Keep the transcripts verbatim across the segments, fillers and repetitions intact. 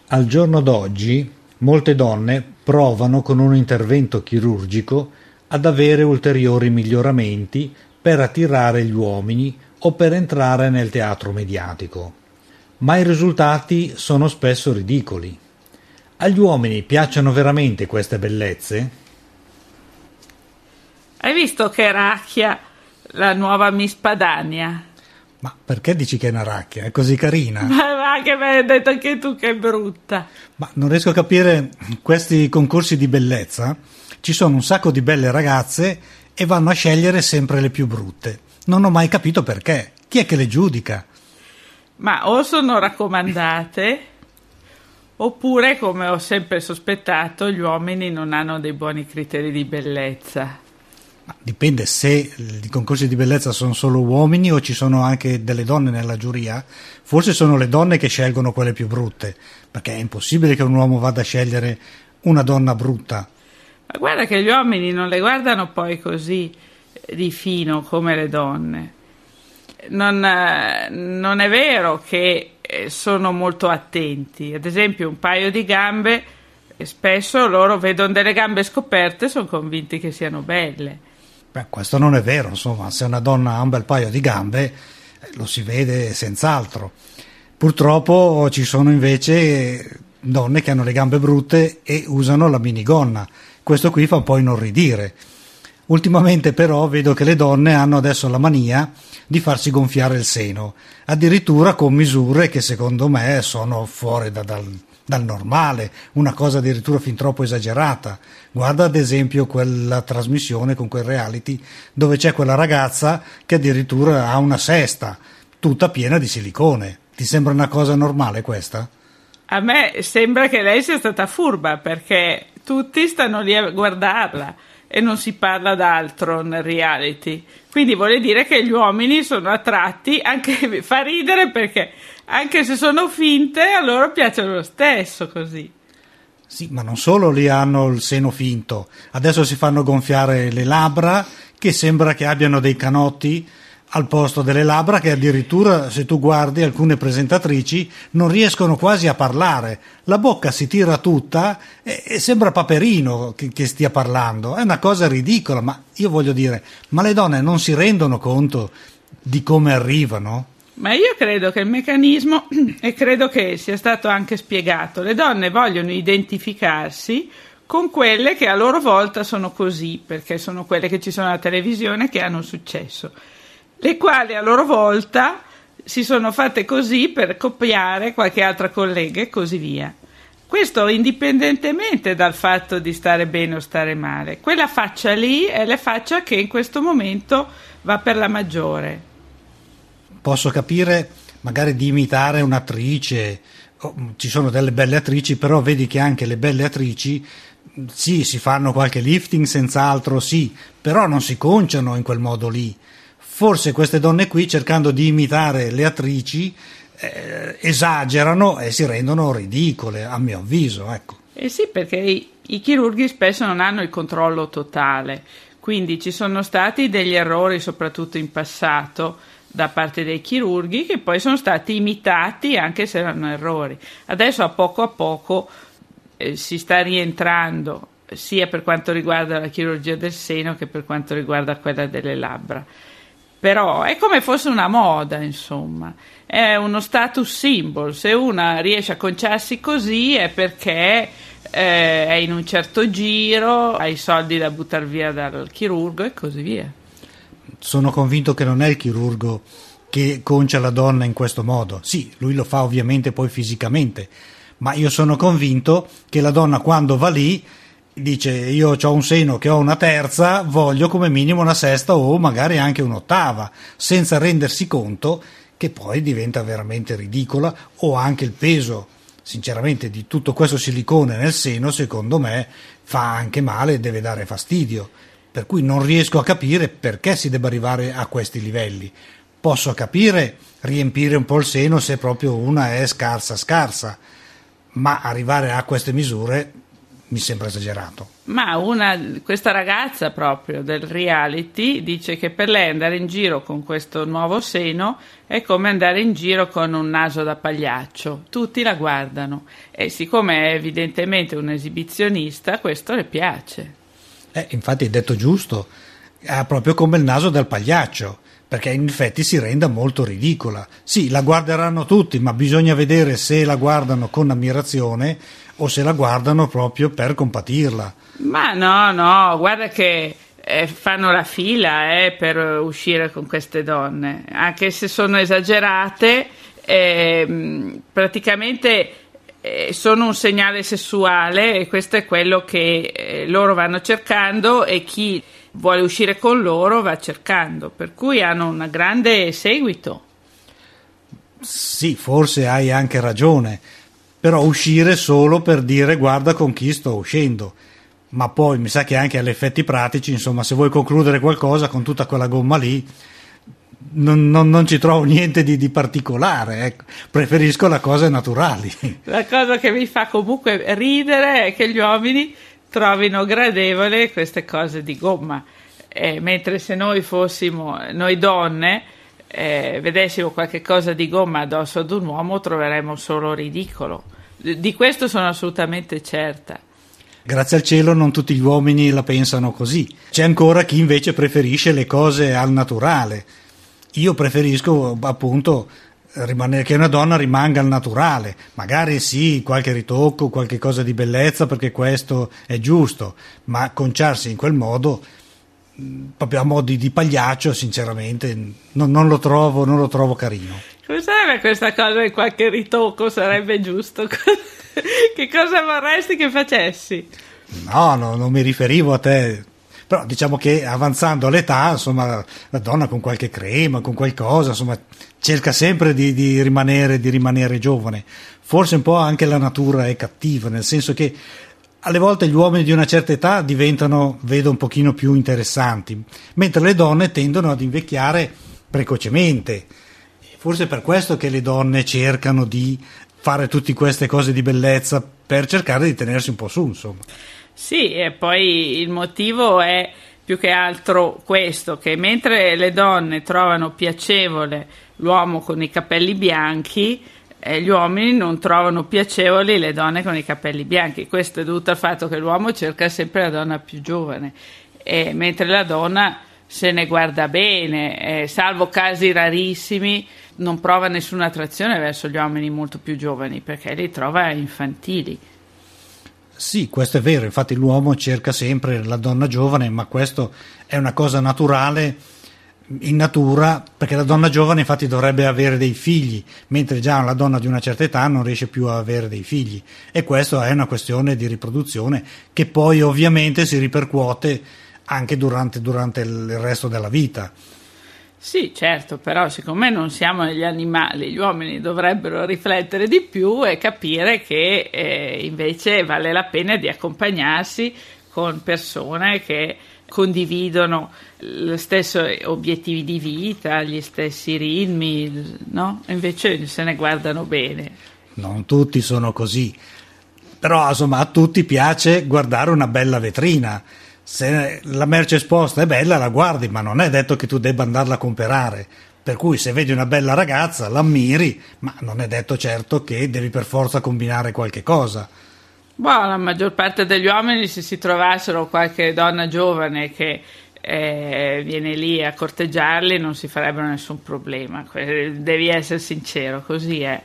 Al giorno d'oggi molte donne provano con un intervento chirurgico ad avere ulteriori miglioramenti per attirare gli uomini o per entrare nel teatro mediatico, ma i risultati sono spesso ridicoli. Agli uomini piacciono veramente queste bellezze? Hai visto che racchia la nuova Miss Padania? Ma perché dici che è una racchia? È così carina? Ma anche me hai detto anche tu che è brutta. Ma non riesco a capire questi concorsi di bellezza. Ci sono un sacco di belle ragazze e vanno a scegliere sempre le più brutte. Non ho mai capito perché. Chi è che le giudica? Ma o sono raccomandate, oppure, come ho sempre sospettato, gli uomini non hanno dei buoni criteri di bellezza. Dipende se i concorsi di bellezza sono solo uomini o ci sono anche delle donne nella giuria. Forse sono le donne che scelgono quelle più brutte, perché è impossibile che un uomo vada a scegliere una donna brutta. Ma guarda che gli uomini non le guardano poi così di fino come le donne. Non, non è vero che sono molto attenti. Ad esempio, un paio di gambe, spesso loro vedono delle gambe scoperte e sono convinti che siano belle. Beh, questo non è vero, insomma, se una donna ha un bel paio di gambe lo si vede senz'altro. Purtroppo ci sono invece donne che hanno le gambe brutte e usano la minigonna. Questo qui fa un po' inorridire. Ultimamente però vedo che le donne hanno adesso la mania di farsi gonfiare il seno, addirittura con misure che secondo me sono fuori da, dal, dal normale, una cosa addirittura fin troppo esagerata. Guarda ad esempio quella trasmissione con quel reality dove c'è quella ragazza che addirittura ha una sesta, tutta piena di silicone. Ti sembra una cosa normale questa? A me sembra che lei sia stata furba, perché tutti stanno lì a guardarla e non si parla d'altro nel reality. Quindi vuole dire che gli uomini sono attratti, anche fa ridere perché anche se sono finte a loro piacciono lo stesso così. Sì, ma non solo lì hanno il seno finto, adesso si fanno gonfiare le labbra che sembra che abbiano dei canotti al posto delle labbra, che addirittura se tu guardi alcune presentatrici non riescono quasi a parlare, la bocca si tira tutta e, e sembra Paperino che, che stia parlando. È una cosa ridicola, ma io voglio dire, ma le donne non si rendono conto di come arrivano? Ma io credo che il meccanismo, e credo che sia stato anche spiegato, le donne vogliono identificarsi con quelle che a loro volta sono così, perché sono quelle che ci sono alla televisione che hanno successo, le quali a loro volta si sono fatte così per copiare qualche altra collega e così via. Questo indipendentemente dal fatto di stare bene o stare male. Quella faccia lì è la faccia che in questo momento va per la maggiore. Posso capire magari di imitare un'attrice, ci sono delle belle attrici, però vedi che anche le belle attrici sì, si fanno qualche lifting senz'altro, sì, però non si conciano in quel modo lì. Forse queste donne qui, cercando di imitare le attrici, eh, esagerano e si rendono ridicole, a mio avviso, ecco. Eh sì, perché i, i chirurghi spesso non hanno il controllo totale, quindi ci sono stati degli errori, soprattutto in passato, da parte dei chirurghi, che poi sono stati imitati anche se erano errori. Adesso a poco a poco eh, si sta rientrando, sia per quanto riguarda la chirurgia del seno che per quanto riguarda quella delle labbra. Però è come fosse una moda, insomma, è uno status symbol. Se una riesce a conciarsi così è perché eh, è in un certo giro, ha i soldi da buttare via dal chirurgo e così via. Sono convinto che non è il chirurgo che concia la donna in questo modo. Sì, lui lo fa ovviamente poi fisicamente, ma io sono convinto che la donna quando va lì dice: io ho un seno che ho una terza, voglio come minimo una sesta o magari anche un'ottava, senza rendersi conto che poi diventa veramente ridicola. O anche il peso, sinceramente, di tutto questo silicone nel seno, secondo me fa anche male e deve dare fastidio, per cui non riesco a capire perché si debba arrivare a questi livelli. Posso capire riempire un po' il seno se proprio una è scarsa scarsa, ma arrivare a queste misure mi sembra esagerato. Ma una, questa ragazza proprio del reality dice che per lei andare in giro con questo nuovo seno è come andare in giro con un naso da pagliaccio, tutti la guardano e siccome è evidentemente un esibizionista questo le piace. Eh, infatti è detto giusto, ha proprio come il naso del pagliaccio, perché in effetti si renda molto ridicola. Sì, la guarderanno tutti, ma bisogna vedere se la guardano con ammirazione o se la guardano proprio per compatirla. Ma no, no, guarda che eh, fanno la fila eh, per uscire con queste donne, anche se sono esagerate, eh, praticamente eh, sono un segnale sessuale e questo è quello che eh, loro vanno cercando e chi vuole uscire con loro va cercando, per cui hanno un grande seguito. Sì, forse hai anche ragione, però uscire solo per dire guarda con chi sto uscendo, ma poi mi sa che anche agli effetti pratici, insomma, se vuoi concludere qualcosa con tutta quella gomma lì non, non, non ci trovo niente di, di particolare, ecco. Preferisco le cose naturali. La cosa che mi fa comunque ridere è che gli uomini trovino gradevole queste cose di gomma, eh, mentre se noi fossimo noi donne eh, vedessimo qualche cosa di gomma addosso ad un uomo troveremmo solo ridicolo. Di questo sono assolutamente certa. Grazie al cielo non tutti gli uomini la pensano così, c'è ancora chi invece preferisce le cose al naturale. Io preferisco appunto rimanere, che una donna rimanga al naturale, magari sì, qualche ritocco, qualche cosa di bellezza, perché questo è giusto, ma conciarsi in quel modo, proprio a mo' di, di pagliaccio, sinceramente non, non lo trovo, non lo trovo carino. Come sarebbe questa cosa di qualche ritocco sarebbe giusto? Che cosa vorresti che facessi? No, no, non mi riferivo a te. Però diciamo che avanzando all'età, insomma, la donna con qualche crema, con qualcosa, insomma, cerca sempre di, di rimanere, di rimanere giovane. Forse un po' anche la natura è cattiva, nel senso che alle volte gli uomini di una certa età diventano, vedo, un pochino più interessanti, mentre le donne tendono ad invecchiare precocemente. Forse è per questo che le donne cercano di fare tutte queste cose di bellezza, per cercare di tenersi un po' su, insomma. Sì, e poi il motivo è più che altro questo, che mentre le donne trovano piacevole l'uomo con i capelli bianchi, eh, gli uomini non trovano piacevoli le donne con i capelli bianchi. Questo è dovuto al fatto che l'uomo cerca sempre la donna più giovane, e mentre la donna se ne guarda bene, eh, salvo casi rarissimi, non prova nessuna attrazione verso gli uomini molto più giovani, perché li trova infantili. Sì, questo è vero, infatti l'uomo cerca sempre la donna giovane, ma questo è una cosa naturale in natura, perché la donna giovane infatti dovrebbe avere dei figli, mentre già la donna di una certa età non riesce più a avere dei figli, e questo è una questione di riproduzione che poi ovviamente si ripercuote anche durante, durante il resto della vita. Sì, certo, però siccome non siamo degli animali, gli uomini dovrebbero riflettere di più e capire che eh, invece vale la pena di accompagnarsi con persone che condividono gli stessi obiettivi di vita, gli stessi ritmi, no? Invece se ne guardano bene. Non tutti sono così, però insomma a tutti piace guardare una bella vetrina. Se la merce esposta è bella la guardi, ma non è detto che tu debba andarla a comprare, per cui se vedi una bella ragazza l'ammiri, ma non è detto certo che devi per forza combinare qualche cosa. Boh, la maggior parte degli uomini, se si trovassero qualche donna giovane che eh, viene lì a corteggiarli, non si farebbero nessun problema. Devi essere sincero, così è.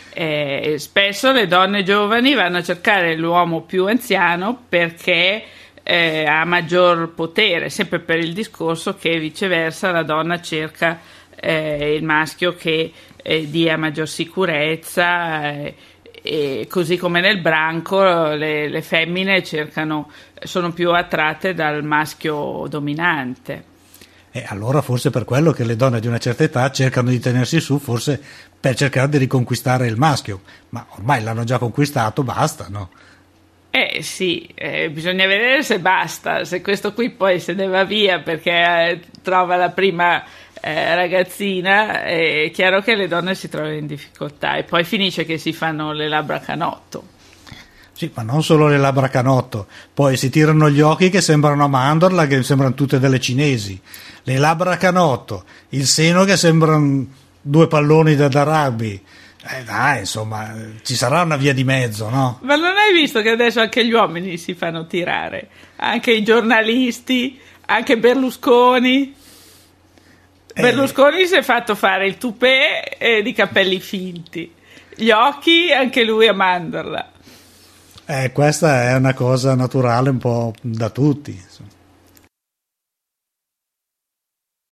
Eh, spesso le donne giovani vanno a cercare l'uomo più anziano perché Eh, ha maggior potere, sempre per il discorso che viceversa la donna cerca eh, il maschio che eh, dia maggior sicurezza, eh, e così come nel branco le, le femmine cercano, sono più attratte dal maschio dominante. E allora forse per quello che le donne di una certa età cercano di tenersi su, forse per cercare di riconquistare il maschio, ma ormai l'hanno già conquistato, basta, no? Eh sì, eh, bisogna vedere se basta, se questo qui poi se ne va via perché eh, trova la prima eh, ragazzina, è chiaro che le donne si trovano in difficoltà e poi finisce che si fanno le labbra a canotto. Sì, ma non solo le labbra canotto, poi si tirano gli occhi che sembrano a mandorla, che sembrano tutte delle cinesi, le labbra canotto, il seno che sembrano due palloni da, da rugby. Eh dai, insomma, ci sarà una via di mezzo, no? Ma non hai visto che adesso anche gli uomini si fanno tirare? Anche i giornalisti, anche Berlusconi. Eh. Berlusconi si è fatto fare il toupet e di capelli finti. Gli occhi, anche lui a mandorla. Eh, questa è una cosa naturale un po' da tutti, insomma.